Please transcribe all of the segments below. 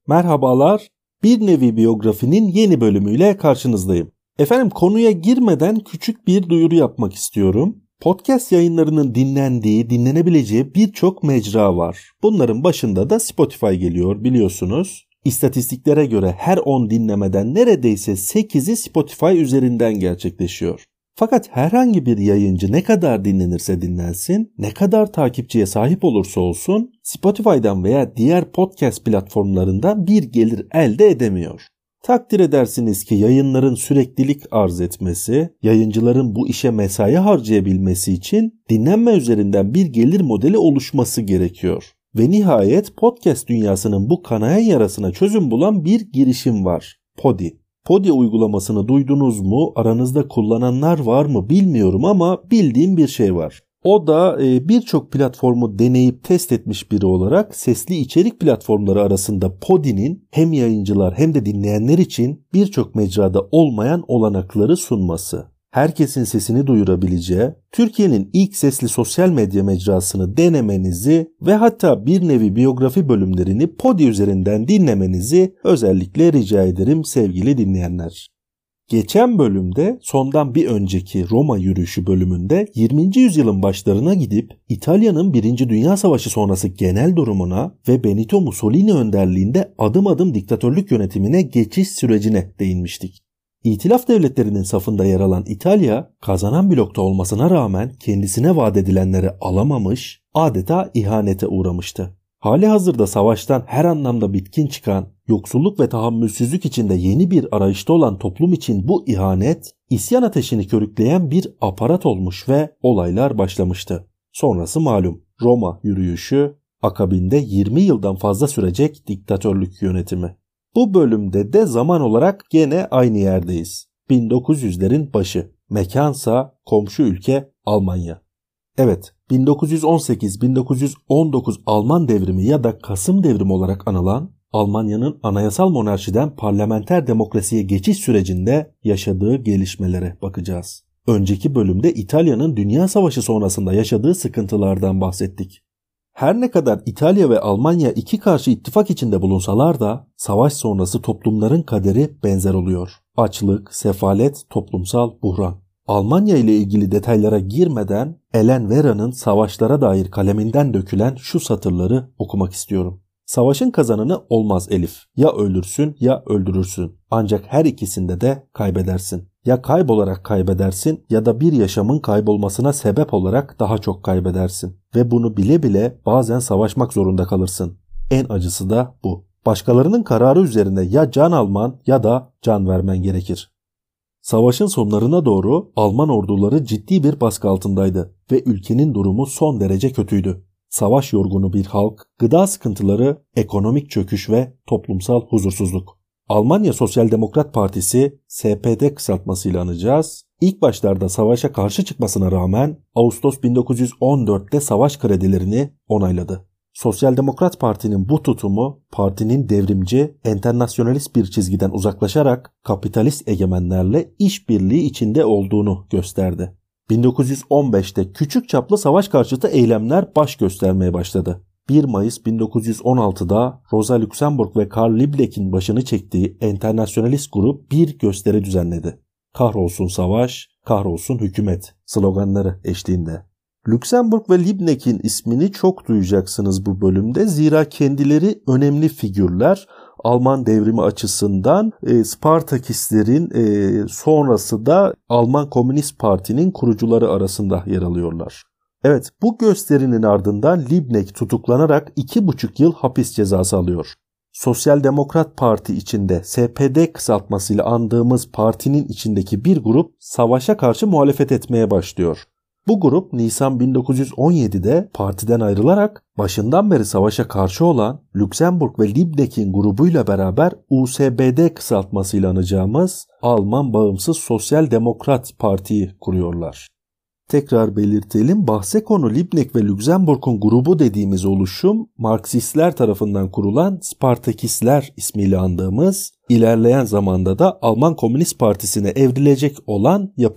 Merhabalar, Bir Nevi Biyografinin yeni bölümüyle karşınızdayım. Efendim konuya girmeden küçük bir duyuru yapmak istiyorum. Podcast yayınlarının dinlenebileceği birçok mecra var. Bunların başında da Spotify geliyor biliyorsunuz. İstatistiklere göre her 10 dinlemeden neredeyse 8'i Spotify üzerinden gerçekleşiyor. Fakat herhangi bir yayıncı ne kadar dinlenirse dinlensin, ne kadar takipçiye sahip olursa olsun Spotify'dan veya diğer podcast platformlarından bir gelir elde edemiyor. Takdir edersiniz ki yayınların süreklilik arz etmesi, yayıncıların bu işe mesai harcayabilmesi için dinlenme üzerinden bir gelir modeli oluşması gerekiyor. Ve nihayet podcast dünyasının bu kanayan yarasına çözüm bulan bir girişim var. Podi. Podi uygulamasını duydunuz mu? Aranızda kullananlar var mı bilmiyorum ama bildiğim bir şey var. O da birçok platformu deneyip test etmiş biri olarak sesli içerik platformları arasında Podi'nin hem yayıncılar hem de dinleyenler için birçok mecrada olmayan olanakları sunması. Herkesin sesini duyurabileceği, Türkiye'nin ilk sesli sosyal medya mecrasını denemenizi ve hatta Bir Nevi biyografi bölümlerini Podi üzerinden dinlemenizi özellikle rica ederim sevgili dinleyenler. Geçen bölümde sondan bir önceki Roma yürüyüşü bölümünde 20. yüzyılın başlarına gidip İtalya'nın 1. Dünya Savaşı sonrası genel durumuna ve Benito Mussolini önderliğinde adım adım diktatörlük yönetimine geçiş sürecine değinmiştik. İtilaf devletlerinin safında yer alan İtalya, kazanan blokta olmasına rağmen kendisine vaat edilenleri alamamış, adeta ihanete uğramıştı. Halihazırda savaştan her anlamda bitkin çıkan, yoksulluk ve tahammülsüzlük içinde yeni bir arayışta olan toplum için bu ihanet, isyan ateşini körükleyen bir aparat olmuş ve olaylar başlamıştı. Sonrası malum, Roma yürüyüşü, akabinde 20 yıldan fazla sürecek diktatörlük yönetimi. Bu bölümde de zaman olarak gene aynı yerdeyiz. 1900'lerin başı. Mekansa komşu ülke Almanya. Evet, 1918-1919 Alman devrimi ya da Kasım devrimi olarak anılan Almanya'nın anayasal monarşiden parlamenter demokrasiye geçiş sürecinde yaşadığı gelişmelere bakacağız. Önceki bölümde İtalya'nın Dünya Savaşı sonrasında yaşadığı sıkıntılardan bahsettik. Her ne kadar İtalya ve Almanya iki karşı ittifak içinde bulunsalar da savaş sonrası toplumların kaderi benzer oluyor. Açlık, sefalet, toplumsal buhran. Almanya ile ilgili detaylara girmeden Ellen Wera'nın savaşlara dair kaleminden dökülen şu satırları okumak istiyorum. Savaşın kazananı olmaz Elif. Ya ölürsün ya öldürürsün. Ancak her ikisinde de kaybedersin. Ya kaybolarak kaybedersin ya da bir yaşamın kaybolmasına sebep olarak daha çok kaybedersin. Ve bunu bile bile bazen savaşmak zorunda kalırsın. En acısı da bu. Başkalarının kararı üzerine ya can alman ya da can vermen gerekir. Savaşın sonlarına doğru Alman orduları ciddi bir baskı altındaydı ve ülkenin durumu son derece kötüydü. Savaş yorgunu bir halk, gıda sıkıntıları, ekonomik çöküş ve toplumsal huzursuzluk. Almanya Sosyal Demokrat Partisi, SPD kısaltmasıyla anacağız, İlk başlarda savaşa karşı çıkmasına rağmen Ağustos 1914'te savaş kredilerini onayladı. Sosyal Demokrat Parti'nin bu tutumu partinin devrimci, enternasyonalist bir çizgiden uzaklaşarak kapitalist egemenlerle işbirliği içinde olduğunu gösterdi. 1915'te küçük çaplı savaş karşıtı eylemler baş göstermeye başladı. 1 Mayıs 1916'da Rosa Luxemburg ve Karl Liebknecht'in başını çektiği enternasyonalist grup bir gösteri düzenledi. Kahrolsun savaş, kahrolsun hükümet sloganları eşliğinde. Luxemburg ve Liebknecht'in ismini çok duyacaksınız bu bölümde. Zira kendileri önemli figürler. Alman devrimi açısından Spartakistlerin sonrası da Alman Komünist Parti'nin kurucuları arasında yer alıyorlar. Evet, bu gösterinin ardından Liebknecht tutuklanarak 2,5 yıl hapis cezası alıyor. Sosyal Demokrat Parti içinde SPD kısaltmasıyla andığımız partinin içindeki bir grup savaşa karşı muhalefet etmeye başlıyor. Bu grup Nisan 1917'de partiden ayrılarak başından beri savaşa karşı olan Luxemburg ve Liebknecht'in grubuyla beraber USPD kısaltmasıyla anacağımız Alman Bağımsız Sosyal Demokrat Parti'yi kuruyorlar. Tekrar belirtelim, bahse konu Liebknecht ve Luxemburg'un grubu dediğimiz oluşum Marksistler tarafından kurulan Spartakistler ismiyle andığımız, ilerleyen zamanda da Alman Komünist Partisi'ne evrilecek olan yapı.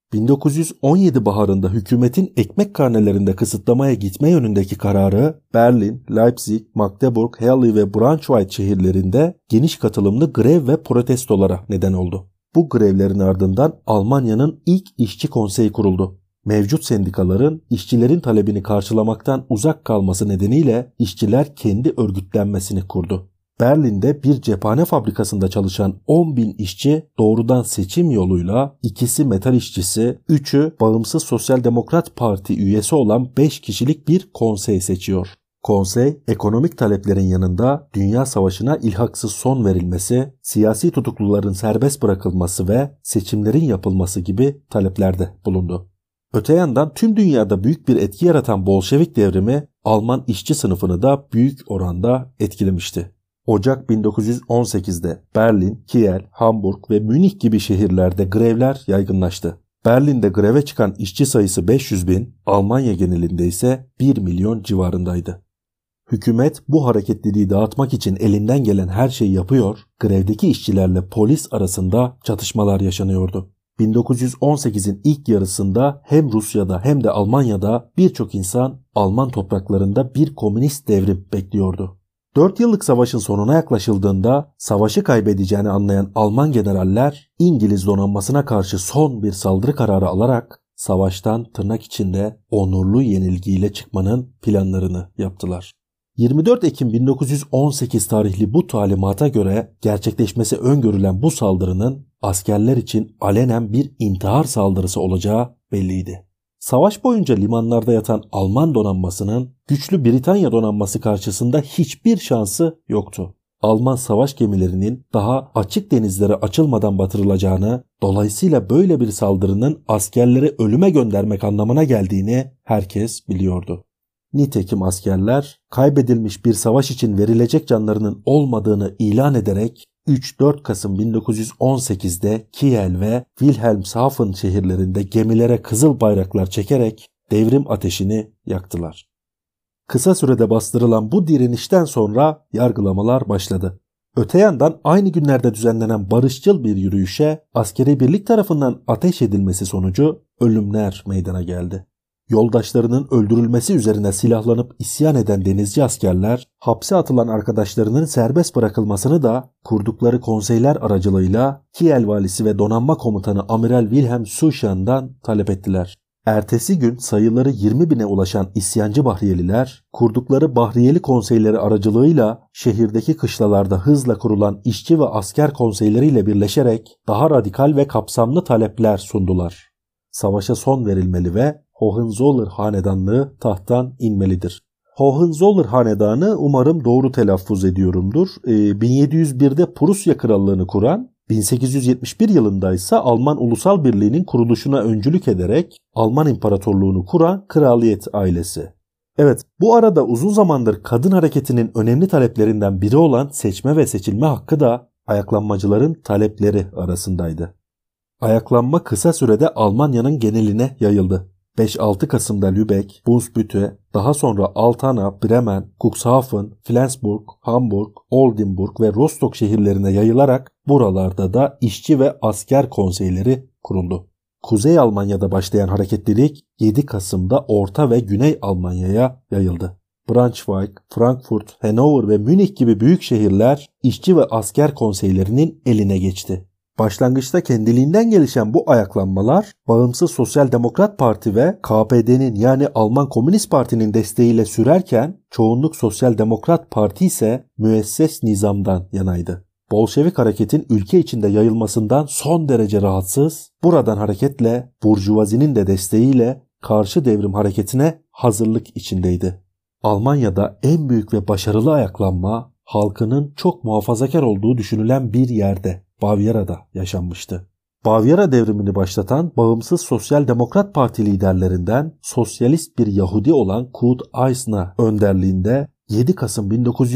1917 baharında hükümetin ekmek karnelerinde kısıtlamaya gitme yönündeki kararı Berlin, Leipzig, Magdeburg, Halle ve Braunschweig şehirlerinde geniş katılımlı grev ve protestolara neden oldu. Bu grevlerin ardından Almanya'nın ilk işçi konseyi kuruldu. Mevcut sendikaların işçilerin talebini karşılamaktan uzak kalması nedeniyle işçiler kendi örgütlenmesini kurdu. Berlin'de bir cephane fabrikasında çalışan 10.000 işçi doğrudan seçim yoluyla, ikisi metal işçisi, 3'ü Bağımsız Sosyal Demokrat Parti üyesi olan 5 kişilik bir konsey seçiyor. Konsey, ekonomik taleplerin yanında Dünya Savaşı'na ilhaksız son verilmesi, siyasi tutukluların serbest bırakılması ve seçimlerin yapılması gibi taleplerde bulundu. Öte yandan tüm dünyada büyük bir etki yaratan Bolşevik devrimi Alman işçi sınıfını da büyük oranda etkilemişti. Ocak 1918'de Berlin, Kiel, Hamburg ve Münih gibi şehirlerde grevler yaygınlaştı. Berlin'de greve çıkan işçi sayısı 500.000, Almanya genelinde ise 1 milyon civarındaydı. Hükümet bu hareketliliği dağıtmak için elinden gelen her şeyi yapıyor, grevdeki işçilerle polis arasında çatışmalar yaşanıyordu. 1918'in ilk yarısında hem Rusya'da hem de Almanya'da birçok insan Alman topraklarında bir komünist devrim bekliyordu. 4 yıllık savaşın sonuna yaklaşıldığında savaşı kaybedeceğini anlayan Alman generaller İngiliz donanmasına karşı son bir saldırı kararı alarak savaştan tırnak içinde onurlu yenilgiyle çıkmanın planlarını yaptılar. 24 Ekim 1918 tarihli bu talimata göre gerçekleşmesi öngörülen bu saldırının askerler için alenen bir intihar saldırısı olacağı belliydi. Savaş boyunca limanlarda yatan Alman donanmasının güçlü Britanya donanması karşısında hiçbir şansı yoktu. Alman savaş gemilerinin daha açık denizlere açılmadan batırılacağını, dolayısıyla böyle bir saldırının askerleri ölüme göndermek anlamına geldiğini herkes biliyordu. Nitekim askerler kaybedilmiş bir savaş için verilecek canlarının olmadığını ilan ederek 3-4 Kasım 1918'de Kiel ve Wilhelmshaven şehirlerinde gemilere kızıl bayraklar çekerek devrim ateşini yaktılar. Kısa sürede bastırılan bu direnişten sonra yargılamalar başladı. Öte yandan aynı günlerde düzenlenen barışçıl bir yürüyüşe askeri birlik tarafından ateş edilmesi sonucu ölümler meydana geldi. Yoldaşlarının öldürülmesi üzerine silahlanıp isyan eden denizci askerler hapse atılan arkadaşlarının serbest bırakılmasını da kurdukları konseyler aracılığıyla Kiel valisi ve donanma komutanı Amiral Wilhelm Souchan'dan talep ettiler. Ertesi gün sayıları 20.000'e ulaşan isyancı Bahriyeliler kurdukları Bahriyeli konseyleri aracılığıyla şehirdeki kışlalarda hızla kurulan işçi ve asker konseyleriyle birleşerek daha radikal ve kapsamlı talepler sundular. Savaşa son verilmeli ve Hohenzollern hanedanlığı tahttan inmelidir. Hohenzollern hanedanı, umarım doğru telaffuz ediyorumdur, 1701'de Prusya Krallığını kuran, 1871 yılında ise Alman Ulusal Birliği'nin kuruluşuna öncülük ederek Alman İmparatorluğunu kuran kraliyet ailesi. Evet, bu arada uzun zamandır kadın hareketinin önemli taleplerinden biri olan seçme ve seçilme hakkı da ayaklanmacıların talepleri arasındaydı. Ayaklanma kısa sürede Almanya'nın geneline yayıldı. 5-6 Kasım'da Lübeck, Brunsbüttel, daha sonra Altona, Bremen, Cuxhaven, Flensburg, Hamburg, Oldenburg ve Rostock şehirlerine yayılarak buralarda da işçi ve asker konseyleri kuruldu. Kuzey Almanya'da başlayan hareketlilik 7 Kasım'da Orta ve Güney Almanya'ya yayıldı. Braunschweig, Frankfurt, Hannover ve Münih gibi büyük şehirler işçi ve asker konseylerinin eline geçti. Başlangıçta kendiliğinden gelişen bu ayaklanmalar Bağımsız Sosyal Demokrat Parti ve KPD'nin yani Alman Komünist Parti'nin desteğiyle sürerken çoğunluk Sosyal Demokrat Parti ise müesses nizamdan yanaydı. Bolşevik hareketin ülke içinde yayılmasından son derece rahatsız, buradan hareketle burjuvazinin de desteğiyle karşı devrim hareketine hazırlık içindeydi. Almanya'da en büyük ve başarılı ayaklanma halkının çok muhafazakar olduğu düşünülen bir yerde, Bavyera'da yaşanmıştı. Bavyera devrimini başlatan Bağımsız Sosyal Demokrat Parti liderlerinden sosyalist bir Yahudi olan Kurt Eisner önderliğinde 7 Kasım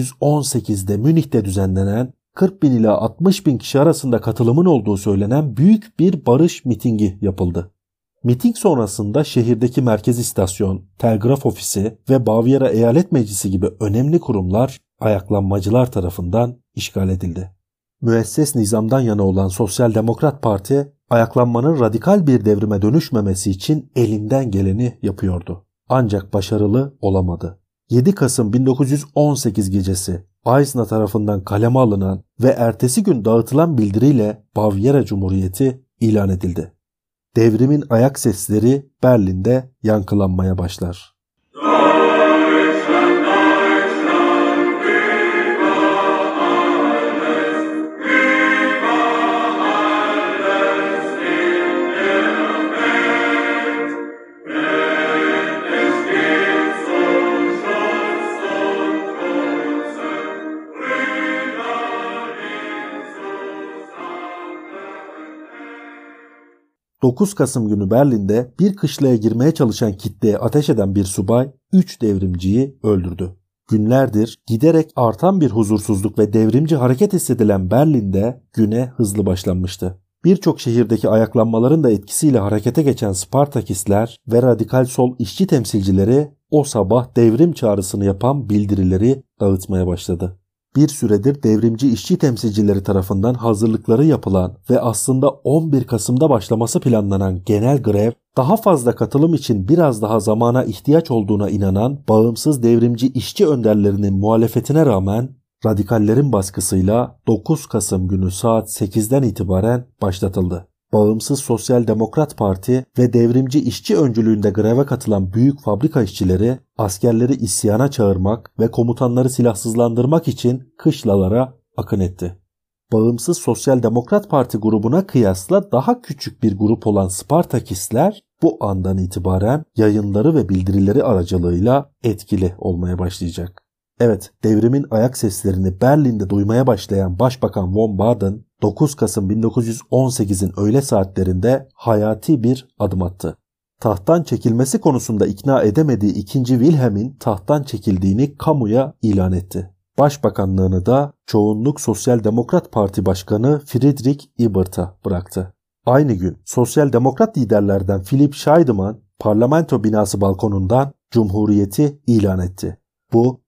1918'de Münih'te düzenlenen 40.000 ila 60.000 kişi arasında katılımın olduğu söylenen büyük bir barış mitingi yapıldı. Miting sonrasında şehirdeki merkez istasyon, telgraf ofisi ve Bavyera Eyalet Meclisi gibi önemli kurumlar ayaklanmacılar tarafından işgal edildi. Müesses nizamdan yana olan Sosyal Demokrat Parti ayaklanmanın radikal bir devrime dönüşmemesi için elinden geleni yapıyordu. Ancak başarılı olamadı. 7 Kasım 1918 gecesi Eisner tarafından kaleme alınan ve ertesi gün dağıtılan bildiriyle Bavyera Cumhuriyeti ilan edildi. Devrimin ayak sesleri Berlin'de yankılanmaya başlar. ...9 Kasım günü Berlin'de bir kışlaya girmeye çalışan kitleye ateş eden bir subay 3 devrimciyi öldürdü. Günlerdir giderek artan bir huzursuzluk ve devrimci hareket hissedilen Berlin'de güne hızlı başlanmıştı. Birçok şehirdeki ayaklanmaların da etkisiyle harekete geçen Spartakistler ve radikal sol işçi temsilcileri o sabah devrim çağrısını yapan bildirileri dağıtmaya başladı. Bir süredir devrimci işçi temsilcileri tarafından hazırlıkları yapılan ve aslında 11 Kasım'da başlaması planlanan genel grev, daha fazla katılım için biraz daha zamana ihtiyaç olduğuna inanan bağımsız devrimci işçi önderlerinin muhalefetine rağmen radikallerin baskısıyla 9 Kasım günü saat 8'den itibaren başlatıldı. Bağımsız Sosyal Demokrat Parti ve devrimci işçi öncülüğünde greve katılan büyük fabrika işçileri askerleri isyana çağırmak ve komutanları silahsızlandırmak için kışlalara akın etti. Bağımsız Sosyal Demokrat Parti grubuna kıyasla daha küçük bir grup olan Spartakistler bu andan itibaren yayınları ve bildirileri aracılığıyla etkili olmaya başlayacak. Evet, devrimin ayak seslerini Berlin'de duymaya başlayan Başbakan von Baden 9 Kasım 1918'in öğle saatlerinde hayati bir adım attı. Tahttan çekilmesi konusunda ikna edemediği 2. Wilhelm'in tahttan çekildiğini kamuya ilan etti. Başbakanlığını da çoğunluk Sosyal Demokrat Parti Başkanı Friedrich Ebert'a bıraktı. Aynı gün Sosyal Demokrat liderlerden Philipp Scheidemann parlamento binası balkonundan Cumhuriyeti ilan etti. Bu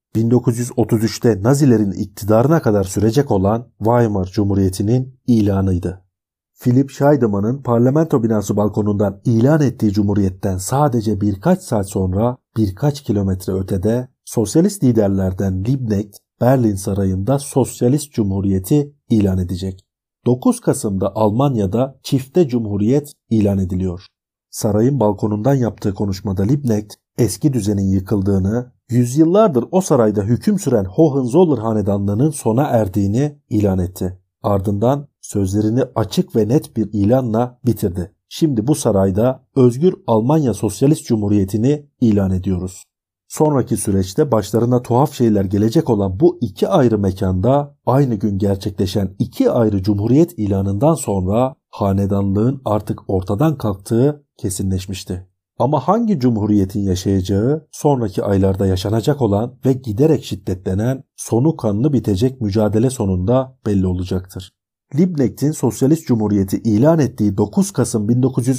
1933'te Nazilerin iktidarına kadar sürecek olan Weimar Cumhuriyeti'nin ilanıydı. Philipp Scheidemann'ın parlamento binası balkonundan ilan ettiği cumhuriyetten sadece birkaç saat sonra birkaç kilometre ötede sosyalist liderlerden Liebknecht Berlin Sarayı'nda Sosyalist Cumhuriyeti ilan edecek. 9 Kasım'da Almanya'da çifte cumhuriyet ilan ediliyor. Sarayın balkonundan yaptığı konuşmada Liebknecht eski düzenin yıkıldığını, yüzyıllardır o sarayda hüküm süren Hohenzollern hanedanlığının sona erdiğini ilan etti. Ardından sözlerini açık ve net bir ilanla bitirdi. Şimdi bu sarayda özgür Almanya Sosyalist Cumhuriyeti'ni ilan ediyoruz. Sonraki süreçte başlarına tuhaf şeyler gelecek olan bu iki ayrı mekanda aynı gün gerçekleşen iki ayrı cumhuriyet ilanından sonra hanedanlığın artık ortadan kalktığı kesinleşmişti. Ama hangi cumhuriyetin yaşayacağı sonraki aylarda yaşanacak olan ve giderek şiddetlenen sonu kanlı bitecek mücadele sonunda belli olacaktır. Liebknecht'in Sosyalist Cumhuriyeti ilan ettiği 9 Kasım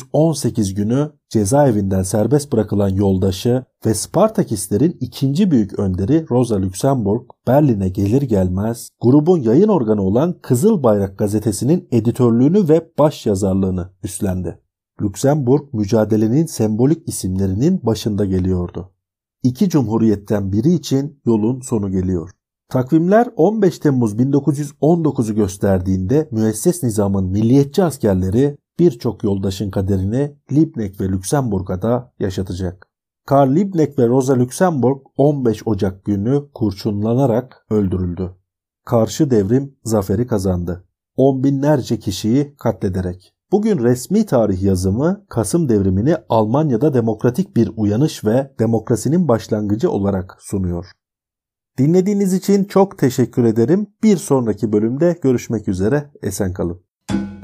1918 günü cezaevinden serbest bırakılan yoldaşı ve Spartakistlerin ikinci büyük önderi Rosa Luxemburg Berlin'e gelir gelmez grubun yayın organı olan Kızıl Bayrak gazetesinin editörlüğünü ve başyazarlığını üstlendi. Luxemburg mücadelenin sembolik isimlerinin başında geliyordu. İki cumhuriyetten biri için yolun sonu geliyor. Takvimler 15 Temmuz 1919'u gösterdiğinde müesses nizamın milliyetçi askerleri birçok yoldaşın kaderini Liebknecht ve Luxemburg'a da yaşatacak. Karl Liebknecht ve Rosa Luxemburg 15 Ocak günü kurşunlanarak öldürüldü. Karşı devrim zaferi kazandı. On binlerce kişiyi katlederek. Bugün resmi tarih yazımı Kasım devrimini Almanya'da demokratik bir uyanış ve demokrasinin başlangıcı olarak sunuyor. Dinlediğiniz için çok teşekkür ederim. Bir sonraki bölümde görüşmek üzere. Esen kalın.